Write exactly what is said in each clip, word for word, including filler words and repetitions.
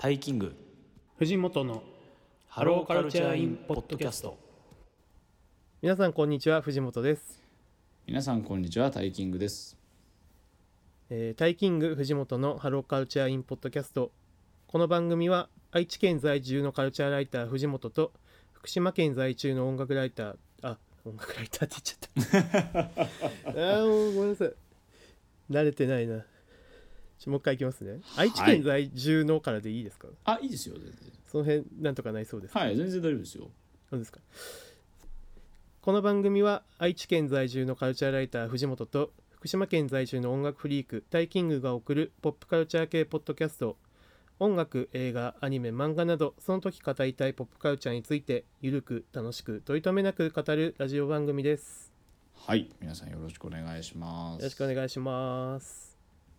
タイキング藤本のハローカルチャーインポッドキャスト。 皆さんこんにちは、藤本です。 皆さんこんにちは、タイキングです。 えー、タイキング藤本のハローカルチャーインポッドキャスト。この番組は愛知県在住のカルチャーライター藤本と福島県在住の音楽ライターあ音楽ライターって言っちゃったあーもうごめんなさい、慣れてないな。ちょもう一回いきますね。愛知県在住のからでいいですか？ あ、いいですよ、全然。 その辺なんとかなりそうですか？ はい、全然大丈夫ですよ。 そうですか。この番組は愛知県在住のカルチャーライター藤本と福島県在住の音楽フリークタイキングが送るポップカルチャー系ポッドキャスト。音楽、映画、アニメ、漫画などその時語りたいポップカルチャーについてゆるく楽しく取り留めなく語るラジオ番組です。 はい、皆さんよろしくお願いします。 よろしくお願いします。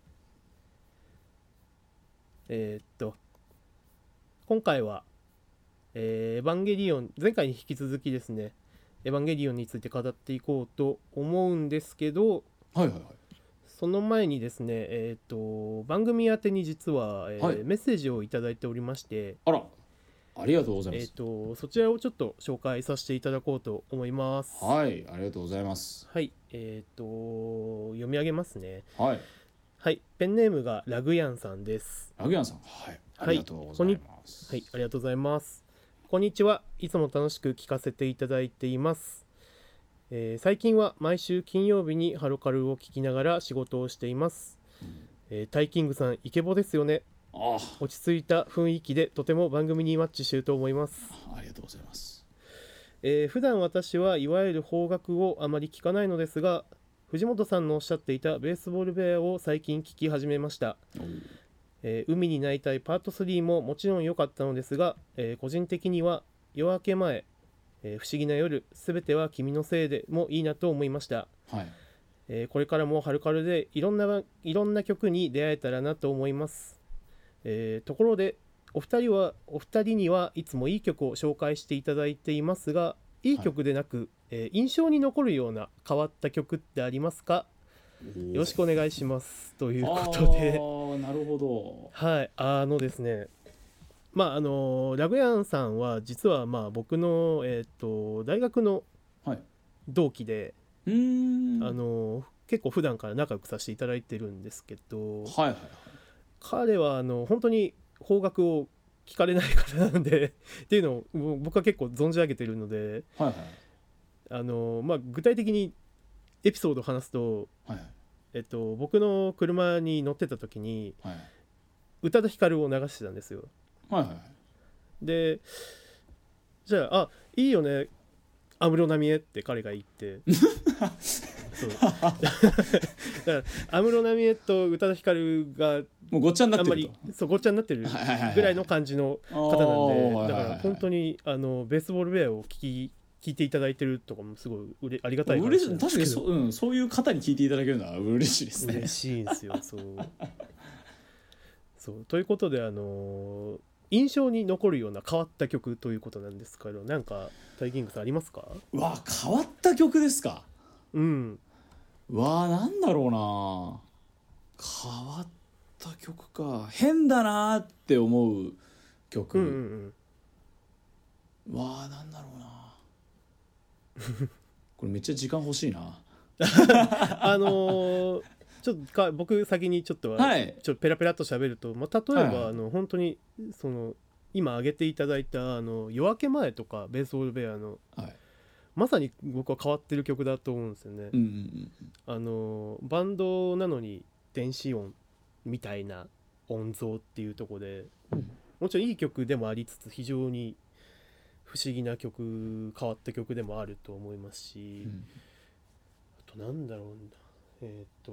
えー、っと今回は、えー、エヴァンゲリオン、前回に引き続きですね、エヴァンゲリオンについて語っていこうと思うんですけど、 はいはいはい。 その前にですね、えー、と番組宛てに実は、えーはいメッセージをいただいておりまして、 あら、ありがとうございまえー、 す。 とそちらをちょっと紹介させていただこうと思います。 はい、ありがとうございます。 はい、えー、と読み上げますね。 はい、 はい、ペンネームがラグヤンさんです。 ラグヤンさん、はい、ありがとうございます。 はい、ありがとうございます。こんにちは。いつも楽しく聞かせていただいています。えー最近は毎週金曜日にハロカルを聞きながら仕事をしています。えータイキングさんイケボですよね。 あ落ち着いた雰囲気でとても番組にマッチしていると思います。 あ、ありがとうございます。 えー普段私はいわゆる邦楽をあまり聞かないのですが、藤本さんのおっしゃっていたベースボールベアを最近聞き始めました。 おーえー海に泣いたいパートスリーももちろん良かったのですが、えー個人的には夜明け前、えー不思議な夜、すべては君のせいでもいいなと思いました。 はい、 えーこれからもハルカルでいろんないろんな曲に出会えたらなと思います。えーところでお二人はお二人にはいつもいい曲を紹介していただいていますが、いい曲でなく、えー印象に残るような変わった曲ってありますか？よろしくお願いしますということで、 ああ、なるほど。 はい、あのですね、まああのラグヤンさんは実はまあ僕の、えー、と大学のはい。 同期で、 うーん。 あの結構普段から仲良くさせていただいてるんですけど、 はいはいはい。 彼はあの本当に邦楽を聞かれない方なんでっていうのをもう僕は結構存じ上げてるので、 はいはいあの、まあ、具体的にエピソードを話すと、 はいえっと、僕の車に乗ってた時にはい宇多田ヒカルを流してたんですよ。 はいはいはい。 で、じゃあ、あ、いいよね、安室奈美恵って彼が言ってそうだから安室奈美恵と宇多田ヒカルがもうごっちゃになってると。 あんまりそうごっちゃになってるはいはいはいはいぐらいの感じの方なんあーで、だはいはいはいから本当にあのベースボールベアを聞き聞いていただいてるとかもすごいうれありがたい話嬉しい。 なんですけど、 確かにそ、うん、そういう方に聞いていただけるのは嬉しいですね。 嬉しいんですよ。そうそうということで、あの印象に残るような変わった曲ということなんですけど、なんかタイキングさんありますか？ うわ、変わった曲ですか。 うんうわ、なんだろうな。変わった曲か。変だなって思う曲。 うんうんうわ、なんだろうな。これめっちゃ時間欲しいな。 あのーちょっとか僕先にちょっとは、 はいちょっとペラペラっと喋ると、まあ、例えば、 はいあの本当にその今挙げていただいたあの夜明け前とかベースボールベアのはい。 まさに僕は変わってる曲だと思うんですよね。 うんうんうん。 あのバンドなのに電子音みたいな音像っていうところで、もちろんいい曲でもありつつ非常に不思議な曲、変わった曲でもあると思いますし、 うんあとなんだろうな、えっ、と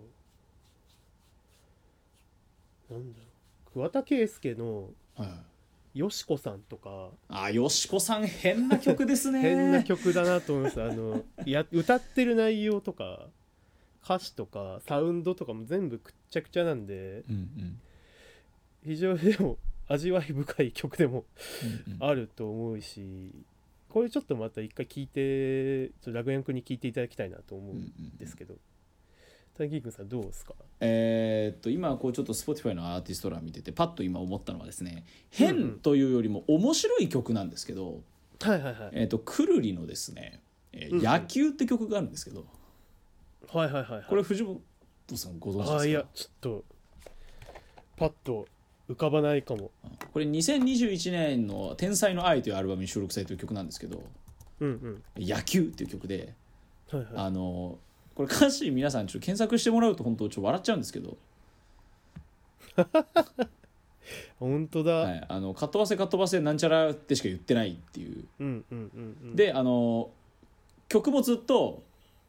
なんだろう、桑田佳祐のはいはい。 よしこさんとかあ、よしこさん変な曲ですね。 変な曲だなと思います。あのや歌ってる内容とか歌詞とかサウンドとかも全部くっちゃくちゃなんで、 うんうん非常にでも味わい深い曲でもうんうん。 あると思うし、これちょっとまた一回聞いて、ちょっとラグヤン君に聞いていただきたいなと思うんですけど、 大輝くんさんどうですか？ えー、っと今こうちょっと Spotify のアーティスト欄見ててパッと今思ったのはですね、 うんうん変というよりも面白い曲なんですけど、 はいはいはいえー、っとくるりのですね、えーうんうん野球って曲があるんですけど、 はいはいはいはいこれ藤本さんご存知ですか？ あいやちょっとパッと浮かばないかも。 これにせんにじゅういちねんの「天才の愛」というアルバムに収録されている曲なんですけど、 うん野球っていう曲で、 うんはいはいあのこれ歌詞皆さんちょっと検索してもらうと本当ちょっと笑っちゃうんですけど、 本当だ、 はい、あのかっ飛ばせかっ飛ばせなんちゃらってしか言ってないっていう。 うんうんうんうんであの曲もずっと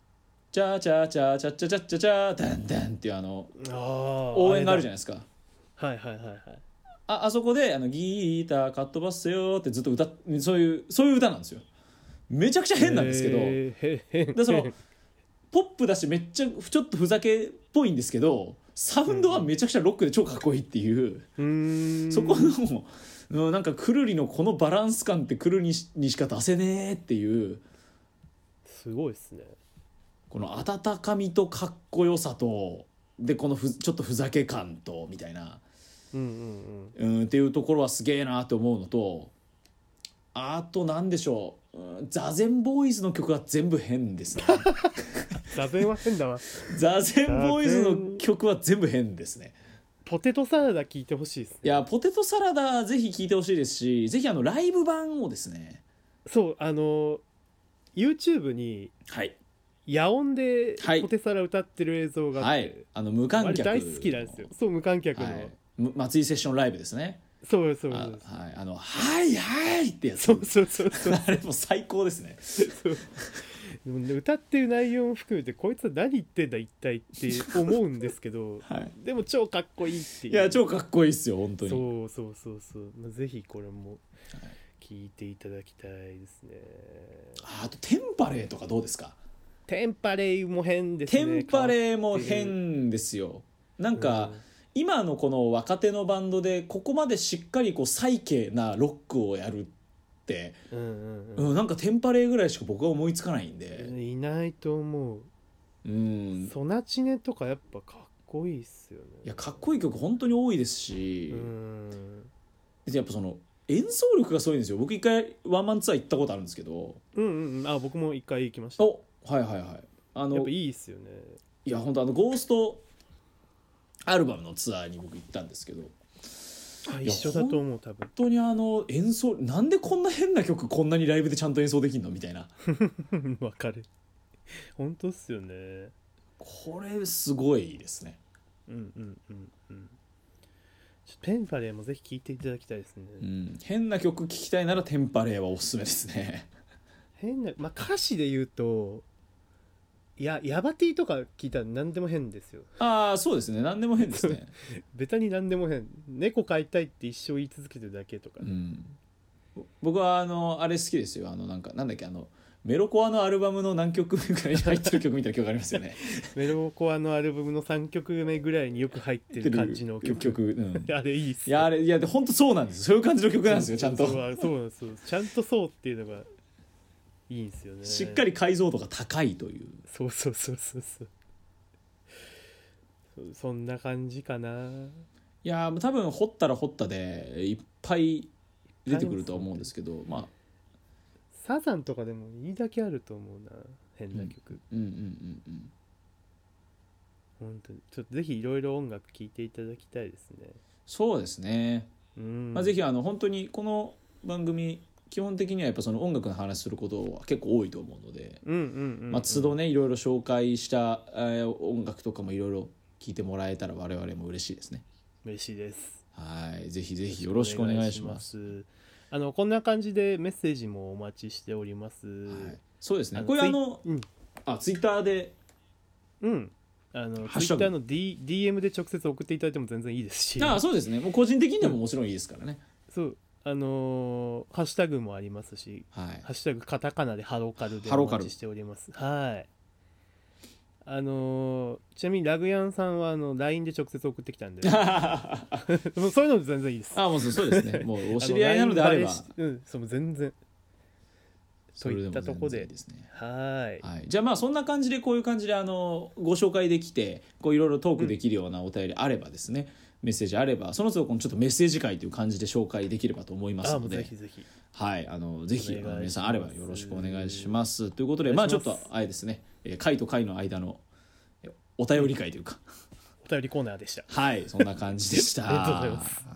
「チャーチャーチャーチャッチャチャッチャチャーダンダン」っていうあのあー応援があるじゃゃないですか。 はいはいはいはいああそこであのギーターかっ飛ばせよってずっと歌っそういうそういう歌なんですよ。めちゃくちゃ変なんですけど、 えー、へ変でそのポップだしめっちゃちょっとふざけっぽいんですけど、サウンドはめちゃくちゃロックで超かっこいいっていう、 うーんそこののなんかくるりのこのバランス感ってくるりにしにしか出せねえっていう、 すごいですね。 この温かみとかっこよさとでこのふちょっとふざけ感とみたいな、 うんうんうんうんっていうところはすげえなって思うのと、あとなんでしょう、うんザゼンボーイズの曲が全部変ですね座禅は変だわ。 ザゼンボーイズの曲は全部変ですね。 ポテトサラダ聞いてほしいですね。 いやポテトサラダぜひ聴いてほしいですし、ぜひあのライブ版をですね、 そうあの YouTube にはい野音ではいポテサラ歌ってる映像があって、 はい、あの無観客のあれ大好きなんですよ。そう無観客の、 はい、む松井セッションライブですね。 そうそうそあ、 うはい、あのはいはいってやつ、 そうそうそうそうあれもう最高ですね。 そうでもね歌ってる内容も含めてこいつは何言ってんだ一体って思うんですけど、 はいでも超かっこいいっていう。 いや超かっこいいっすよ本当に。 そうそうそうそう、まあ、ぜひこれも聞いていただきたいですね。 あとテンパレーとかどうですか？ テンパレイも変ですね。 テンパレーも変ですよ。なんか、 うん今のこの若手のバンドでここまでしっかりこうサイケなロックをやるって、 うんうんううんん、なんかテンパレーぐらいしか僕は思いつかないんで、 いないと思う。 うん、 ソナチネとかやっぱかっこいいっすよね。 いやかっこいい曲本当に多いですし、 うんでやっぱその演奏力がすごいんですよ。僕一回ワンマンツアー行ったことあるんですけど、 うんうんうん、あ僕も一回行きました。やおはいはいはい、あのっぱいいっすよね。 いや本当あのゴーストアルバムのツアーに僕行ったんですけど、 あ一緒だと思う多分。 本当にあの演奏なんでこんな変な曲こんなにライブでちゃんと演奏できるのみたいな、 わかる。本当っすよね。 これすごいですね。 うんうんうんうん。ちょペンパレーもぜひ聴いていただきたいですね。 うん、変な曲聴きたいならテンパレーはおすすめですね。 変な、まあ、歌詞で言うといやヤバティとか聞いたら何でも変ですよ。 ああそうですね、何でも変ですね。 ベタに何でも変。猫飼いたいって一生言い続けてるだけとか、 うん、僕はあのあれ好きですよ。あのなんかなんだっけあのメロコアのアルバムの何曲目ぐらいに入ってる曲みたいな曲ありますよね。 メロコアのアルバムのさんきょくめぐらいによく入ってる感じの曲。 曲、うん、 あれいいっすいやあれいやで本当そうなんです。そういう感じの曲なんですよちゃんと。 そうそうそうなんですよ。ちゃんとそうっていうのがいいんですよね。 しっかり解像度が高いという。 そうそうそうそうそう。そそんな感じかな。 いや多分掘ったら掘ったでいっぱい出てくるとは思うんですけど、まあサザンとかでもいいだけあると思うな変な曲。 うんうんうんうん本当にちょっとぜひいろいろ音楽聴いていただきたいですね。 そうですね。 うん、 まあぜひあの本当にこの番組基本的にはやっぱその音楽の話することは結構多いと思うので、 うんうんうん、うん、 まあ都度ねいろいろ紹介した、えー音楽とかもいろいろ聞いてもらえたら我々も嬉しいですね。 嬉しいです。 はいぜひぜひよろしくお願いします。 お願いします。あのこんな感じでメッセージもお待ちしております。 はい、そうですね。 あのこれあの、 ツイうんあツイッターでうんあのハッシュタグツイッターの、D、ディーエム で直接送っていただいても全然いいですし、 あそうですね。もう個人的にはももちろんいいですからね。 そうあのーハッシュタグもありますし、 はいハッシュタグカタカナでハロカルでハロカルお待ちしております。はい。あのーちなみにラグヤンさんはあの ライン で直接送ってきたんでもうそういうので全然いいです。 あもうそうですね。もうお知り合いなのであれば、 あの ライン バレしうんそう全然といったところで、 ですね、 はい、 はい、じゃあまあそんな感じでこういう感じであのご紹介できてこういろいろトークできるようなお便りあればですね、うん、メッセージあればその都度このちょっとメッセージ会という感じで紹介できればと思いますので、 ぜひぜひ、 はい、あのぜひ皆さんあればよろしくお願いしますということで、まあちょっとあれですね、会と会の間のお便り会というかお便りコーナーでした。 はい、そんな感じでした。 ありがとうございます。